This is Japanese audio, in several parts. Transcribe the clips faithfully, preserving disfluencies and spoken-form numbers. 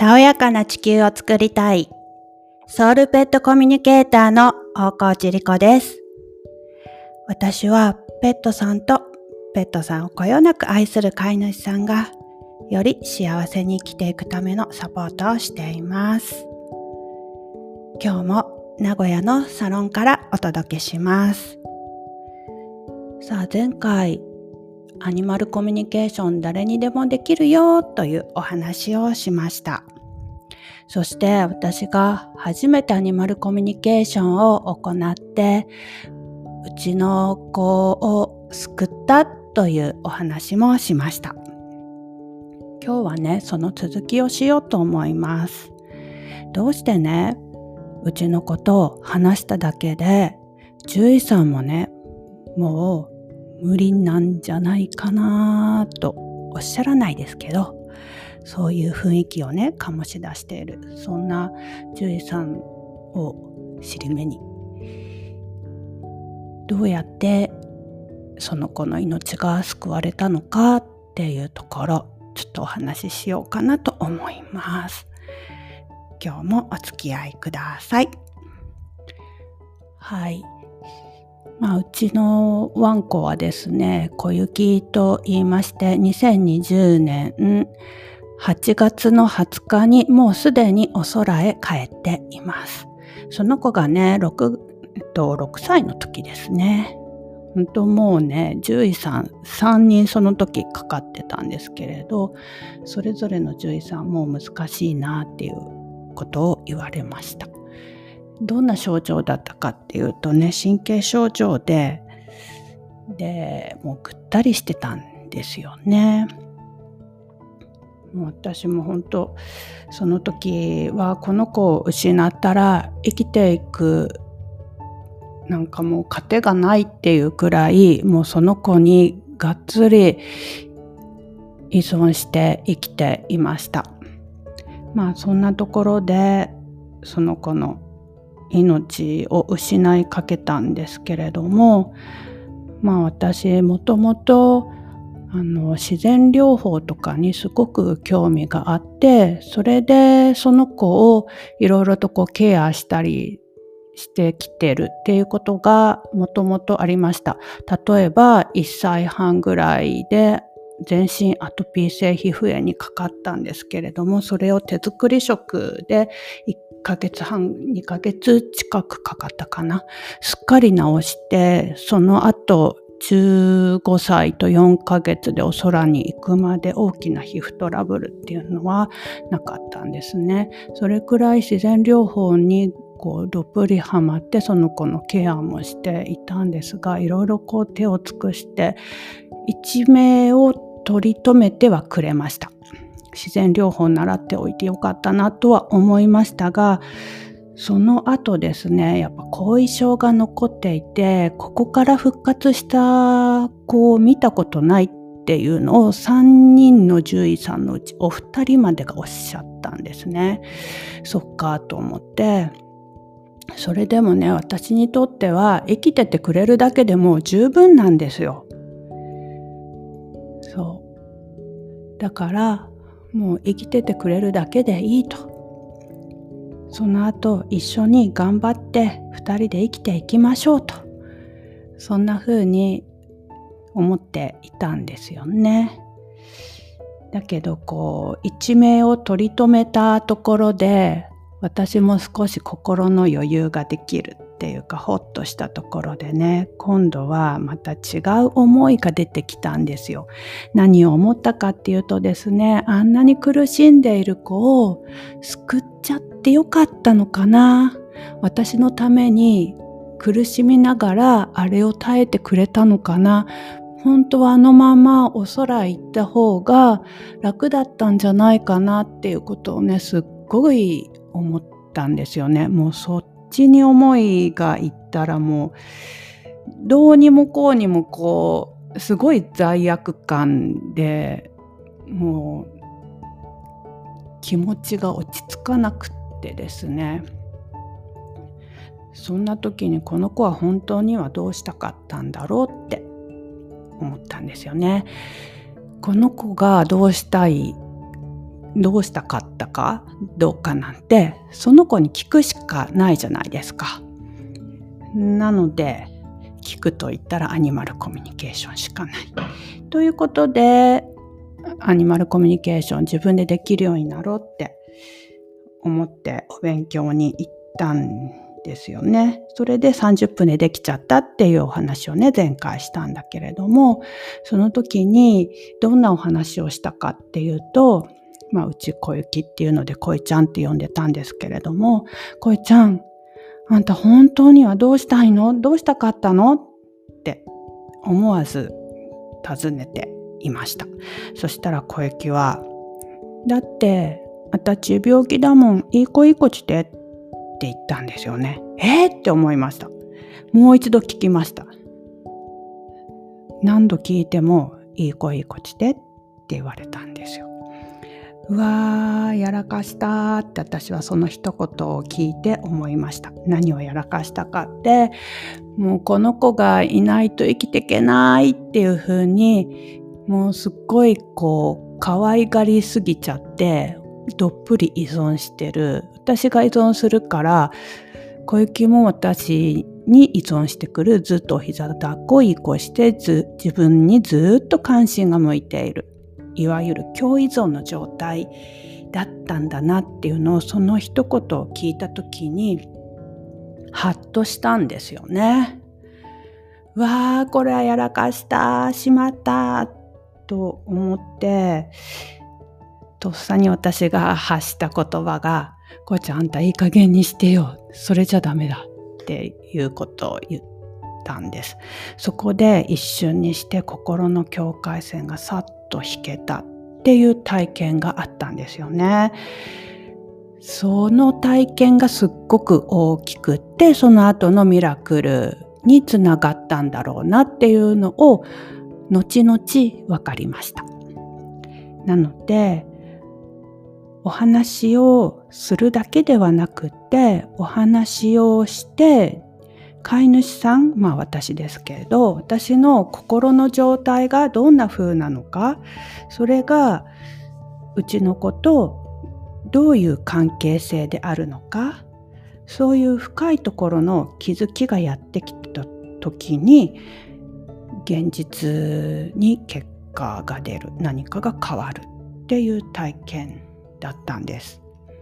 たおやかな地球を作りたいソウルペットコミュニケーターの大河内理子です。私はペットさんとペットさんをこよなく愛する飼い主さんがより幸せに生きていくためのサポートをしています。今日も名古屋のサロンからお届けします。さあ、前回アニマルコミュニケーション誰にでもできるよというお話をしました。そして私が初めてアニマルコミュニケーションを行ってうちの子を救ったというお話もしました。今日はね、その続きをしようと思います。どうしてね、うちの子と話しただけで獣医さんもね、もう無理なんじゃないかなとおっしゃらないですけど、そういう雰囲気をね醸し出している、そんな獣医さんを尻目にどうやってその子の命が救われたのかっていうところ、ちょっとお話ししようかなと思います。今日もお付き合いください。はい、まあ、うちのワンコはですね、小雪と言いまして、にせんにじゅうねんはちがつのはつかにもうすでにお空へ帰っています。その子がね 6, えっと、ろくさいの時ですね。本当もうね、獣医さんさんにんその時かかってたんですけれど、それぞれの獣医さんも難しいなっていうことを言われました。どんな症状だったかっていうとね、神経症状ででもうぐったりしてたんですよね。もう私も本当その時はこの子を失ったら生きていくなんかもう糧がないっていうくらい、もうその子にがっつり依存して生きていました。まあそんなところでその子の命を失いかけたんですけれども、まあ私もともとあの自然療法とかにすごく興味があって、それでその子をいろいろとこうケアしたりしてきてるっていうことがもともとありました。例えばいっさいはんぐらいで全身アトピー性皮膚炎にかかったんですけれども、それを手作り食でいっかげつはんにかげつ近くかかったかな、すっかり治して、その後じゅうごさいとよんかげつでお空に行くまで大きな皮膚トラブルっていうのはなかったんですね。それくらい自然療法にこうどっぷりハマって、その子のケアもしていたんですが、いろいろこう手を尽くして一命を取り留めてはくれました。自然療法を習っておいてよかったなとは思いましたが、その後ですね、やっぱ後遺症が残っていて、ここから復活した子を見たことないっていうのをさんにんの獣医さんのうちお二人までがおっしゃったんですね。そっかと思って、それでもね、私にとっては生きててくれるだけでもう十分なんですよ。そうだからもう生きててくれるだけでいいと。その後一緒に頑張ってふたりで生きていきましょうと、そんな風に思っていたんですよね。だけどこう一命を取り留めたところで、私も少し心の余裕ができるっていうか、ほっとしたところでね、今度はまた違う思いが出てきたんですよ。何を思ったかっていうとですね、あんなに苦しんでいる子を救っちゃってよかったのかな、私のために苦しみながらあれを耐えてくれたのかな、本当はあのままお空行った方が楽だったんじゃないかなっていうことをね、すっごい思ったんですよね。もうそっちに思いがいったら、もうどうにもこうにもこうすごい罪悪感で、もう気持ちが落ち着かなくってですね、そんな時にこの子は本当にはどうしたかったんだろうって思ったんですよね。この子がどうしたいどうしたかったかどうかなんてその子に聞くしかないじゃないですか。なので聞くと言ったらアニマルコミュニケーションしかないということで、アニマルコミュニケーション自分でできるようになろうって思ってお勉強に行ったんですよね。それでさんじゅっぷんでできちゃったっていうお話をね前回したんだけれども、その時にどんなお話をしたかっていうと、まあうち小雪っていうのでこいちゃんって呼んでたんですけれども、こいちゃん、あんた本当にはどうしたいの？どうしたかったの？って思わず尋ねていました。そしたら小雪は、だってあたち病気だもん、いい子いい子してって言ったんですよね。えーって思いました。もう一度聞きました。何度聞いてもいい子いい子してって言われたんですよ。うわー、やらかしたって私はその一言を聞いて思いました。何をやらかしたかって、もうこの子がいないと生きていけないっていう風に、もうすっごいこう可愛がりすぎちゃってどっぷり依存してる。私が依存するから小雪も私に依存してくる。ずっとお膝抱っこいい子してず自分にずっと関心が向いている。いわゆる共依存の状態だったんだなっていうのをその一言を聞いた時にハッとしたんですよね。わー、これはやらかしたしまったと思って、とっさに私が発した言葉が、こいちゃん、あんたいい加減にしてよ、それじゃダメだっていうことを言ったんです。そこで一瞬にして心の境界線がさっと引けたっていう体験があったんですよね。その体験がすっごく大きくって、その後のミラクルにつながったんだろうなっていうのを後々分かりました。なのでお話をするだけではなくて、お話をして飼い主さん、まあ私ですけれど、私の心の状態がどんな風なのか、それがうちの子とどういう関係性であるのか、そういう深いところの気づきがやってきた時に現実に結果が出る、何かが変わるっていう体験だったんです。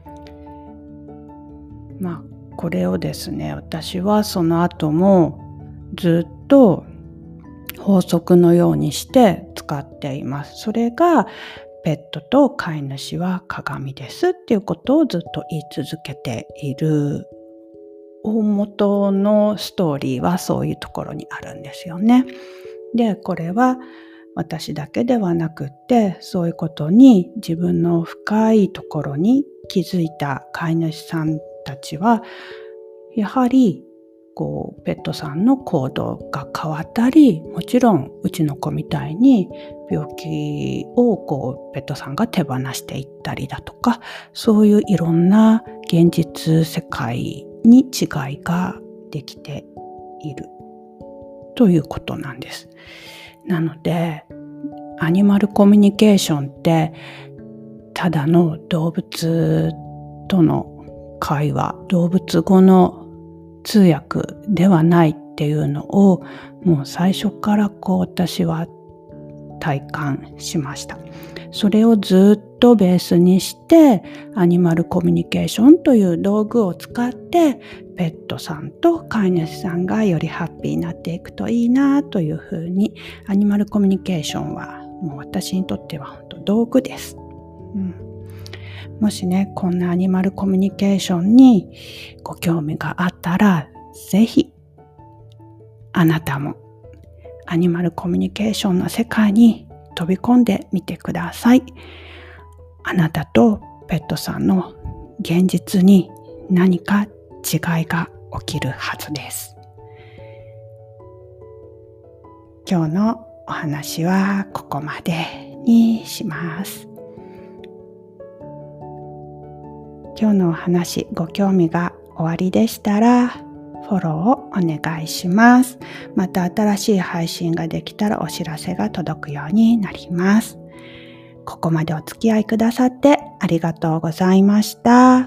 まあこれをですね、私はその後もずっと法則のようにして使っています。それがペットと飼い主は鏡ですっていうことをずっと言い続けている。大元のストーリーはそういうところにあるんですよね。で、これは私だけではなくって、そういうことに自分の深いところに気づいた飼い主さんたちは、やはりこうペットさんの行動が変わったり、もちろんうちの子みたいに病気をこうペットさんが手放していったりだとか、そういういろんな現実世界に違いができているということなんです。なのでアニマルコミュニケーションってただの動物との会話、動物語の通訳ではないっていうのをもう最初からこう私は体感しました。それをずっとベースにしてアニマルコミュニケーションという道具を使ってペットさんと飼い主さんがよりハッピーになっていくといいなというふうに、アニマルコミュニケーションはもう私にとっては本当道具です。うん、もしね、こんなアニマルコミュニケーションにご興味があったら、ぜひあなたもアニマルコミュニケーションの世界に飛び込んでみてください。あなたとペットさんの現実に何か違いが起きるはずです。今日のお話はここまでにします。今日のお話ご興味がおありでしたらフォローをお願いします。また新しい配信ができたらお知らせが届くようになります。 ここまでお付き合いくださってありがとうございました。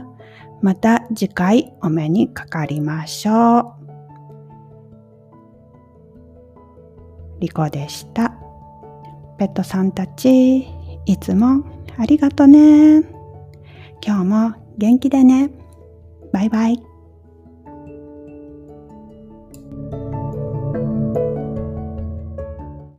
また次回お目にかかりましょう。リコでした。ペットさんたち、いつもありがとね。今日も元気でね。バイバイ。